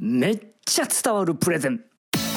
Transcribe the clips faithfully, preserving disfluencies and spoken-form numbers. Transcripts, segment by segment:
めっちゃ伝わるプレゼン。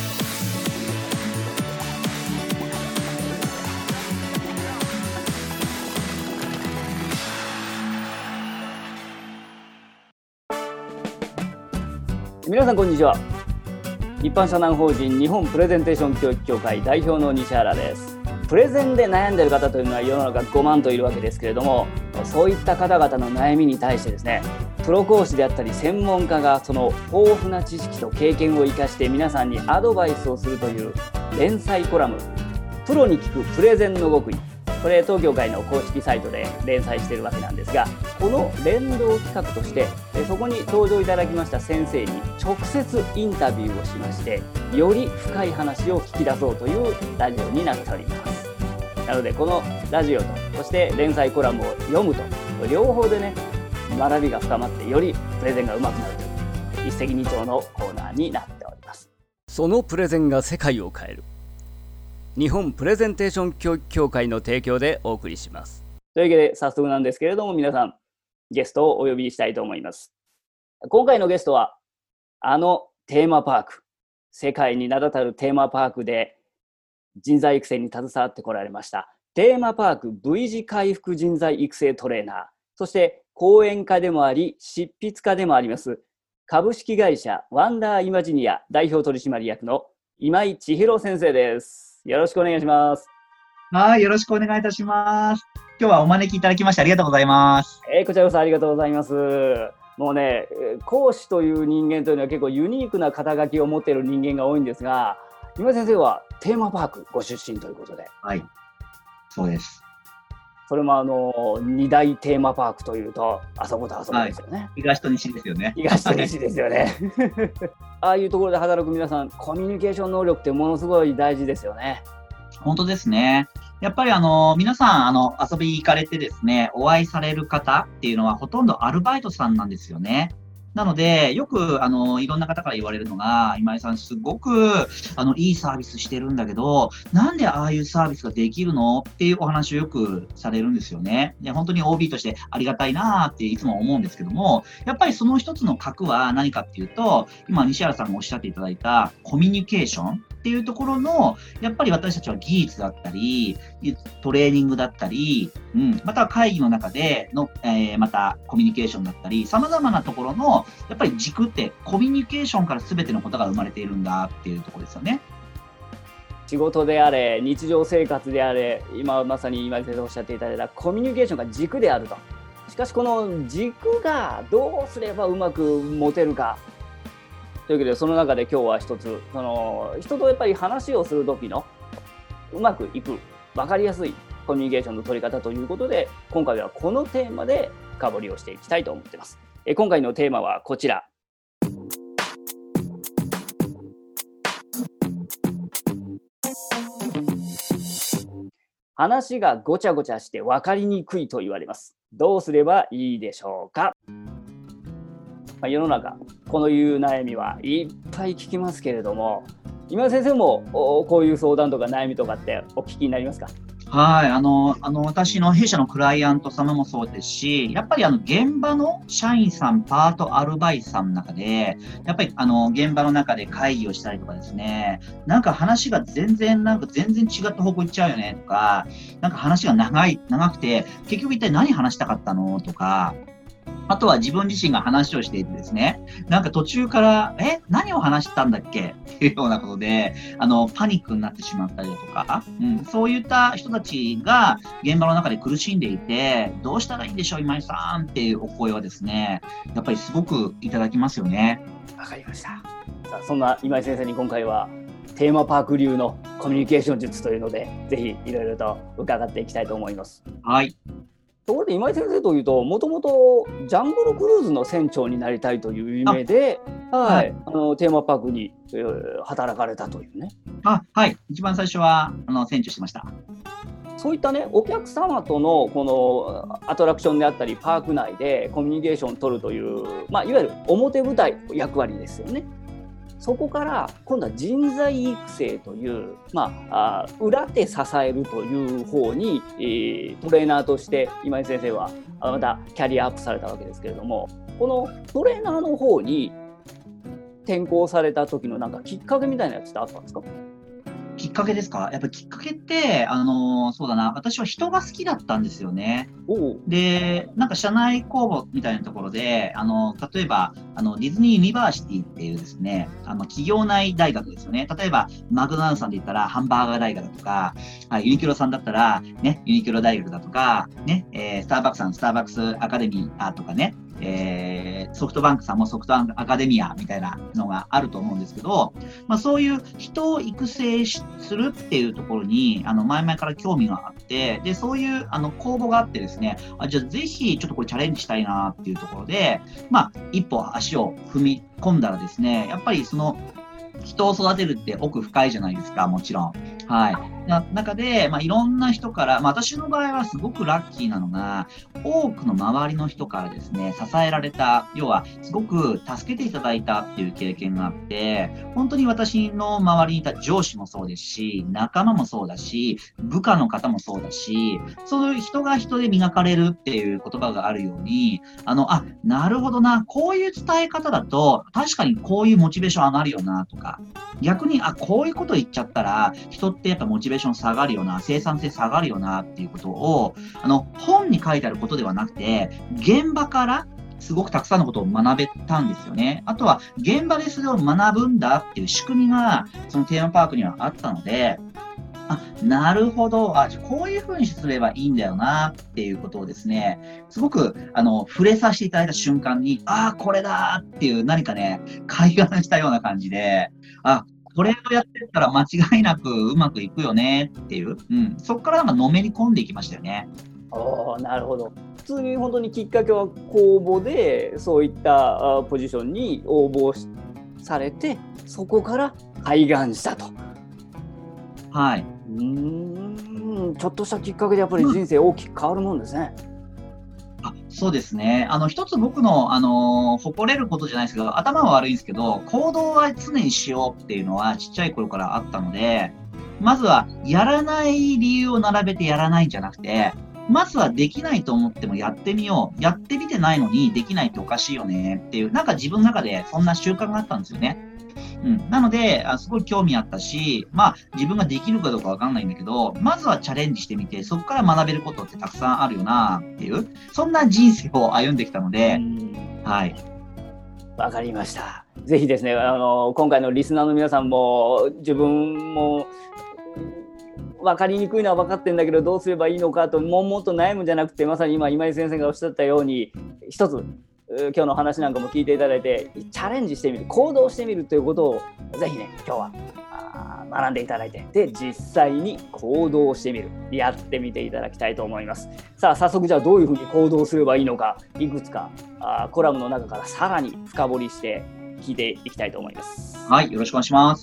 皆さんこんにちは。一般社団法人日本プレゼンテーション教育協会代表の西原です。プレゼンで悩んでいる方というのは世の中ごまんといるわけですけれども、そういった方々の悩みに対してですね、プロ講師であったり専門家がその豊富な知識と経験を生かして皆さんにアドバイスをするという連載コラム、プロに聞くプレゼンの極意、これ当協会の公式サイトで連載しているわけなんですが、この連動企画としてそこに登場いただきました先生に直接インタビューをしまして、より深い話を聞き出そうというラジオになっております。なのでこのラジオとそして連載コラムを読むと両方でね、学びが深まってよりプレゼンが上手くなるという一石二鳥のコーナーになっております。そのプレゼンが世界を変える、日本プレゼンテーション教育協会の提供でお送りします。というわけで早速なんですけれども、皆さんゲストをお呼びしたいと思います。今回のゲストはあのテーマパーク、世界に名だたるテーマパークで人材育成に携わってこられましたテーマパーク V 字回復人材育成トレーナー、そして講演家でもあり執筆家でもあります株式会社ワンダーイマジニア代表取締役の今井千尋先生です。よろしくお願いします。 はい、よろしくお願いいたします。今日はお招きいただきましてありがとうございます。 えー、こちらこそありがとうございます。もうね、講師という人間というのは結構ユニークな肩書きを持っている人間が多いんですが、今井先生はテーマパークご出身ということで。 はい、そうです。 それもあの二大テーマパークというとあそことあそこですよね、はい、 東と西ですよね。 東と西ですよねああいうところで働く皆さん、コミュニケーション能力ってものすごい大事ですよね。 本当ですね。やっぱりあの皆さんあの遊び行かれてですね、お会いされる方っていうのはほとんどアルバイトさんなんですよね。なので、よく、あの、いろんな方から言われるのが、今井さんすごく、あの、いいサービスしてるんだけど、なんでああいうサービスができるのっていうお話をよくされるんですよね。で、本当に オービー としてありがたいなっていつも思うんですけども、やっぱりその一つの核は何かっていうと、今西原さんがおっしゃっていただいたコミュニケーションっていうところの、やっぱり私たちは技術だったり、トレーニングだったり、うん、または会議の中での、えー、またコミュニケーションだったり、様々なところの、やっぱり軸ってコミュニケーションから全てのことが生まれているんだっていうところですよね。 仕事であれ、日常生活であれ、今まさに今井先生おっしゃっていただいたコミュニケーションが軸であると。しかしこの軸がどうすればうまく持てるかというわけで、その中で今日は一つ、その人とやっぱり話をする時のうまくいく、分かりやすいコミュニケーションの取り方ということで、今回はこのテーマで深掘りをしていきたいと思っています。え今回のテーマはこちら。話がごちゃごちゃして分かりにくいと言われます。どうすればいいでしょうか。まあ、世の中このいう悩みはいっぱい聞きますけれども、今井先生もこういう相談とか悩みとかってお聞きになりますか？ はい、あの、あの、私の弊社のクライアント様もそうですし、やっぱりあの、現場の社員さん、パート、アルバイトさんの中で、やっぱりあの、現場の中で会議をしたりとかですね、なんか話が全然、なんか全然違った方向行っちゃうよねとか、なんか話が長い、長くて、結局一体何話したかったのとか、あとは自分自身が話をしていてですね、なんか途中から、え、何を話したんだっけっていうようなことで、あの、パニックになってしまったりだとか、うん、そういった人たちが現場の中で苦しんでいて、どうしたらいいんでしょう、今井さんっていうお声はですね、やっぱりすごくいただきますよね。 わかりました。さあ、そんな今井先生に今回はテーマパーク流のコミュニケーション術というので、ぜひいろいろと伺っていきたいと思います。 はい。 ところで今井先生というと、もともとジャングルクルーズの船長になりたいという夢で、あ、はい、あのテーマパークに、えー、働かれたというね。 あ、はい。一番最初はあの船長してました。 そういったね、お客様とのこのアトラクションであったりパーク内でコミュニケーションを取るという、まあ、いわゆる表舞台役割ですよね。そこから今度は人材育成という、まあ、あ裏で支えるという方に、えー、トレーナーとして今井先生はまたキャリアアップされたわけですけれども、このトレーナーの方に転校された時のなんかきっかけみたいなやつってあったんですか？ きっかけですか？やっぱりきっかけって、あのーそうだな、私は人が好きだったんですよね。 おう。 で、なんか社内公募みたいなところで、あの、例えば、あの、ディズニーユニバーシティっていうですね、あの、企業内大学ですよね。例えば、マクドナルドさんで言ったら、ハンバーガー大学だとか、はい、ユニクロさんだったら、ね、ユニクロ大学だとか、ね、えー、スターバックスさん、スターバックスアカデミーとかね、えー、ソフトバンクさんもソフトバンクアカデミアみたいなのがあると思うんですけど、まあそういう人を育成するっていうところに、あの、前々から興味があって、で、そういう、あの、公募があってですね、あ、じゃあぜひちょっとこれチャレンジしたいなっていうところで、まあ、一歩足を踏み込んだらですね、やっぱりその、人を育てるって奥深いじゃないですか、もちろん。はい。な中で、まあ、いろんな人から、まあ、私の場合はすごくラッキーなのが、多くの周りの人からですね、支えられた、要は、すごく助けていただいたっていう経験があって、本当に私の周りにいた上司もそうですし、仲間もそうだし、部下の方もそうだし、そういう人が人で磨かれるっていう言葉があるように、あの、あ、なるほどな、こういう伝え方だと、確かにこういうモチベーション上がるよな、とか、逆に、あ、こういうこと言っちゃったら、人ってやっぱモチベーション下がるよな、生産性下がるよな、っていうことを、あの、本に書いてあることではなくて、現場からすごくたくさんのことを学べたんですよね。あとは、現場でそれを学ぶんだっていう仕組みが、そのテーマパークにはあったので、あ、なるほど。あ、じゃあこういう風にすればいいんだよなっていうことをですね、すごく、あの、触れさせていただいた瞬間に、ああ、これだっていう何かね、開眼したような感じで、あ、これをやってったら間違いなくうまくいくよねっていう、うん、そこからなんかのめり込んでいきましたよね。 ああ、なるほど。普通に本当にきっかけは公募でそういったあポジションに応募しされて、そこから開眼したと。 はい。 うーん、ちょっとしたきっかけでやっぱり人生大きく変わるもんですね。 あ、そうですね。あの、一つ僕の、あのー誇れることじゃないですけど、頭は悪いんですけど、行動は常にしようっていうのはちっちゃい頃からあったので、まずは、やらない理由を並べてやらないんじゃなくて、まずはできないと思ってもやってみよう。やってみてないのにできないっておかしいよねっていう、なんか自分の中でそんな習慣があったんですよね。うん。なので、あ、すごい興味あったし、まあ、自分ができるかどうかわかんないんだけど、まずはチャレンジしてみて、そこから学べることってたくさんあるよなっていう、そんな人生を歩んできたので、はい。 わかりました。ぜひですね、あの今回のリスナーの皆さんも自分も分かりにくいのは分かってるんだけどどうすればいいのかと悶々と悩むんじゃなくて、まさに今今井先生がおっしゃったように一つ今日の話なんかも聞いていただいてチャレンジしてみる、行動してみるということをぜひね今日はあ学んでいただいて、で実際に行動してみる、やってみていただきたいと思います。さあ早速じゃあどういうふうに行動すればいいのか、いくつかあコラムの中からさらに深掘りして聞いていきたいと思います。 はい、よろしくお願いします。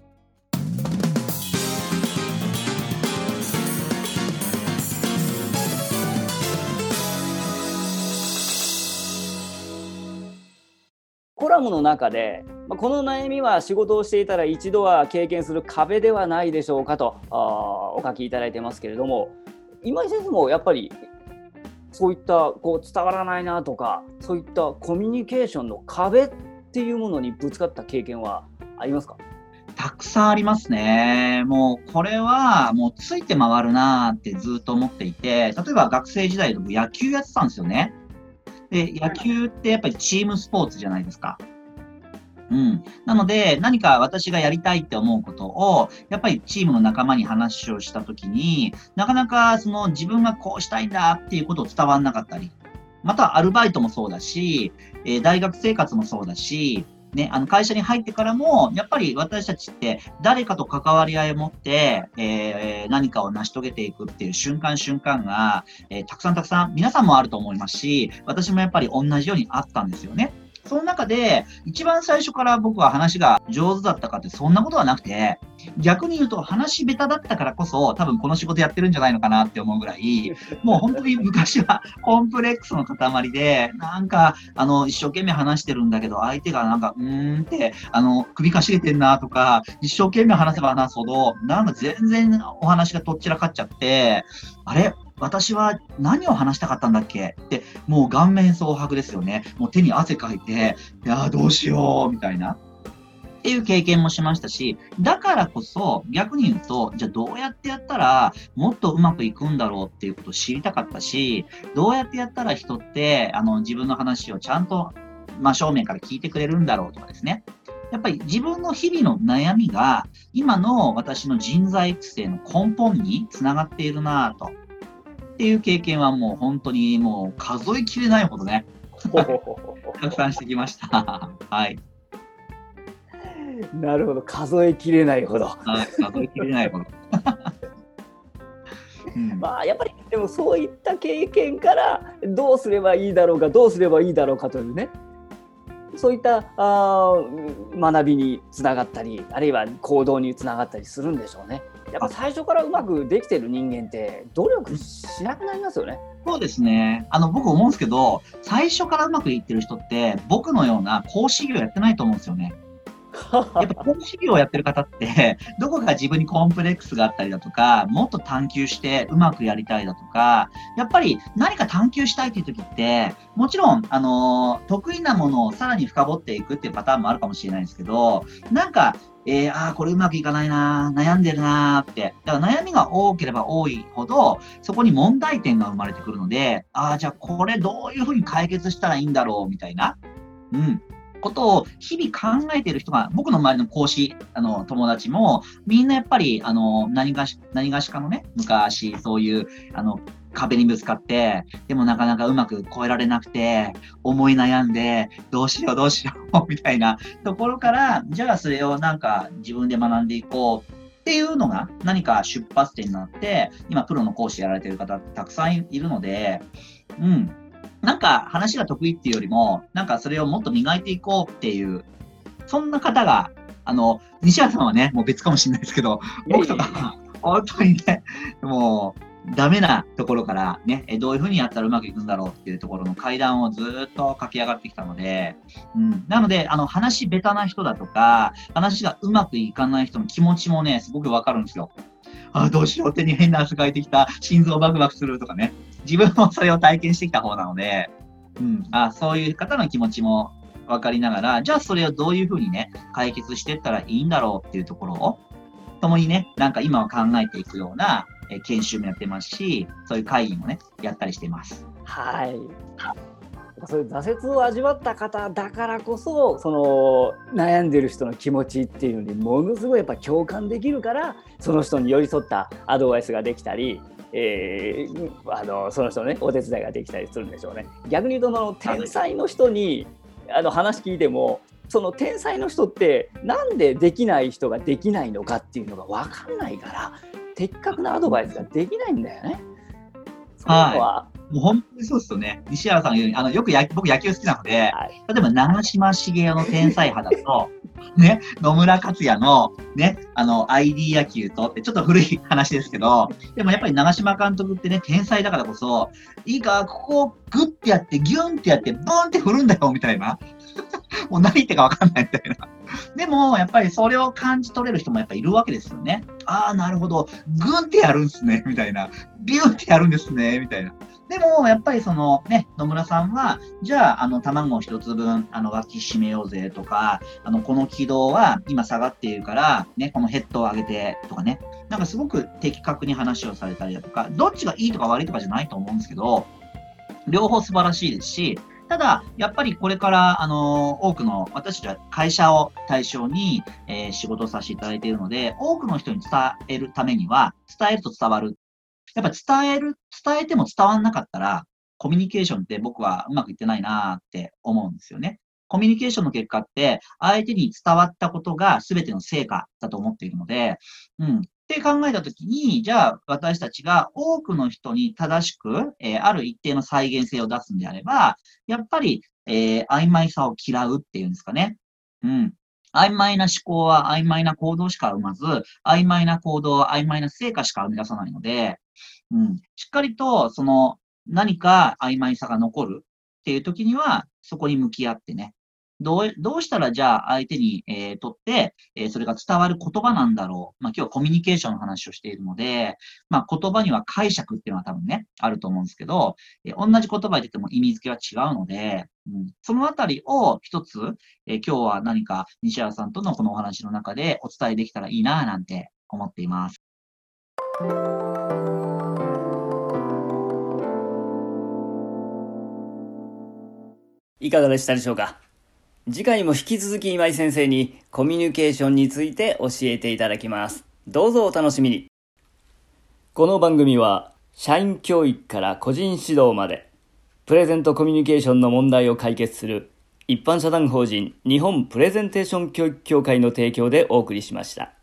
コラムの中で、この悩みは仕事をしていたら一度は経験する壁ではないでしょうかとお書きいただいてますけれども、今井先生もやっぱりそういったこう伝わらないなとか、そういったコミュニケーションの壁っていうものにぶつかった経験はありますか？ たくさんありますね。もうこれはもうついて回るなーってずっと思っていて、例えば学生時代で僕野球やってたんですよね。で、野球ってやっぱりチームスポーツじゃないですか。うん。なので、何か私がやりたいって思うことを、やっぱりチームの仲間に話をしたときに、なかなかその自分がこうしたいんだっていうことを伝わんなかったり、またアルバイトもそうだし、えー大学生活もそうだし、ね、あの会社に入ってからも、やっぱり私たちって誰かと関わり合いを持って、えー何かを成し遂げていくっていう瞬間瞬間が、えーたくさんたくさん皆さんもあると思いますし、私もやっぱり同じようにあったんですよね。その中で、一番最初から僕は話が上手だったかってそんなことはなくて、逆に言うと話下手だったからこそ多分この仕事やってるんじゃないのかなって思うぐらい、もう本当に昔はコンプレックスの塊で、なんかあの一生懸命話してるんだけど相手がなんかうーんってあの首かしげてんなとか、一生懸命話せば話すほどなんか全然お話がとっちらかっちゃって、あれ私は何を話したかったんだっけって、もう顔面蒼白ですよね。もう手に汗かいて、いやーどうしようみたいな。 っていう経験もしましたし、だからこそ逆に言うと、じゃあどうやってやったらもっとうまくいくんだろうっていうことを知りたかったし、どうやってやったら人ってあの自分の話をちゃんと真正面から聞いてくれるんだろうとかですね。やっぱり自分の日々の悩みが今の私の人材育成の根本につながっているなぁと。っていう経験はもう本当にもう数えきれないほどね、たくさんしてきました。はい。 なるほど、数えきれないほど。 はい、数えきれないほど。うん、 まあやっぱりでもそういった経験からどうすればいいだろうかどうすればいいだろうかというね、そういったあ学びにつながったり、あるいは行動につながったりするんでしょうね。やっぱ最初からうまくできてる人間って努力しなくなりますよね。 そうですね。あの僕思うんですけど、最初からうまくいってる人って僕のような講師業やってないと思うんですよね。やっぱ講師業をやってる方って、どこか自分にコンプレックスがあったりだとか、もっと探求してうまくやりたいだとか、やっぱり何か探求したいっていう時って、もちろん、あのー、得意なものをさらに深掘っていくっていうパターンもあるかもしれないですけど、なんか、えー、ああ、これうまくいかないな、悩んでるなって。だから悩みが多ければ多いほど、そこに問題点が生まれてくるので、ああ、じゃあこれどういうふうに解決したらいいんだろうみたいな。うん。ことを日々考えている人が、僕の周りの講師、あの、友達も、みんなやっぱり、あの、何がし、何がしかのね、昔、そういう、あの、壁にぶつかって、でもなかなかうまく越えられなくて、思い悩んで、どうしようどうしよう、みたいなところから、じゃあそれをなんか自分で学んでいこうっていうのが何か出発点になって、今プロの講師やられてる方たくさんいるので、うん。なんか話が得意っていうよりも、なんかそれをもっと磨いていこうっていう、そんな方が、あの、西原さんはね、もう別かもしれないですけど、僕とか、本当にね、もう、ダメなところからね、どういうふうにやったらうまくいくんだろうっていうところの階段をずっと駆け上がってきたので、うん。なので、あの、話下手な人だとか、話がうまくいかない人の気持ちもね、すごくわかるんですよ。あ、どうしよう、手に変な汗かいてきた、心臓バクバクするとかね。自分もそれを体験してきた方なので、うん、あ、そういう方の気持ちも分かりながら、じゃあそれをどういうふうにね、解決していったらいいんだろうっていうところを、共にね、なんか今は考えていくような、え研修もやってますし、そういう会議もね、やったりしてます。 はい。そういう挫折を味わった方だからこそ、その悩んでる人の気持ちっていうのにものすごいやっぱ共感できるから、その人に寄り添ったアドバイスができたり、えー、あのその人のねお手伝いができたりするんでしょうね。逆に言うと、その天才の人にあの話聞いても、その天才の人ってなんでできない人ができないのかっていうのが分かんないから、的確なアドバイスができないんだよね。そういうのは、 もう本当にそうですよね。西原さんが言うように、あの、よくや僕野球好きなので、はい、例えば長嶋茂雄の天才派だと、ね、野村克也のね、あの、アイディー 野球とってちょっと古い話ですけど、でもやっぱり長嶋監督ってね、天才だからこそ、いいか、ここをグッてやって、ギュンってやって、ブーンって振るんだよ、みたいな。もう何言ってかわかんないみたいな。でも、やっぱりそれを感じ取れる人もやっぱいるわけですよね。ああ、なるほど。グンってやるんすね、みたいな。ビューってやるんですね、みたいな。でも、やっぱりそのね、野村さんは、じゃあ、あの、卵一つ分、あの、脇締めようぜとか、あの、この軌道は今下がっているから、ね、このヘッドを上げてとかね。なんかすごく的確に話をされたりだとか、どっちがいいとか悪いとかじゃないと思うんですけど、両方素晴らしいですし、ただ、やっぱりこれから、あの、多くの、私たちは会社を対象に、えー、仕事をさせていただいているので、多くの人に伝えるためには、伝えると伝わる。やっぱ伝える、伝えても伝わんなかったら、コミュニケーションって僕はうまくいってないなーって思うんですよね。コミュニケーションの結果って、相手に伝わったことが全ての成果だと思っているので、うん。って考えたときに、じゃあ私たちが多くの人に正しく、えー、ある一定の再現性を出すんであれば、やっぱり、えー、曖昧さを嫌うっていうんですかね。うん。曖昧な思考は曖昧な行動しか生まず、曖昧な行動は曖昧な成果しか生み出さないので、うん。しっかりと、その、何か曖昧さが残るっていう時には、そこに向き合ってね、 どう、どうしたらじゃあ相手に、えーとって、えーそれが伝わる言葉なんだろう。まあ今日はコミュニケーションの話をしているので、まあ言葉には解釈っていうのは多分ね、あると思うんですけど、えー同じ言葉で言っても意味付けは違うので、うん、そのあたりを一つ、えー今日は何か西原さんとのこのお話の中でお伝えできたらいいななんて思っています。 いかがでしたでしょうか。次回も引き続き今井先生にコミュニケーションについて教えていただきます。どうぞお楽しみに。この番組は社員教育から個人指導までプレゼントコミュニケーションの問題を解決する一般社団法人日本プレゼンテーション教育協会の提供でお送りしました。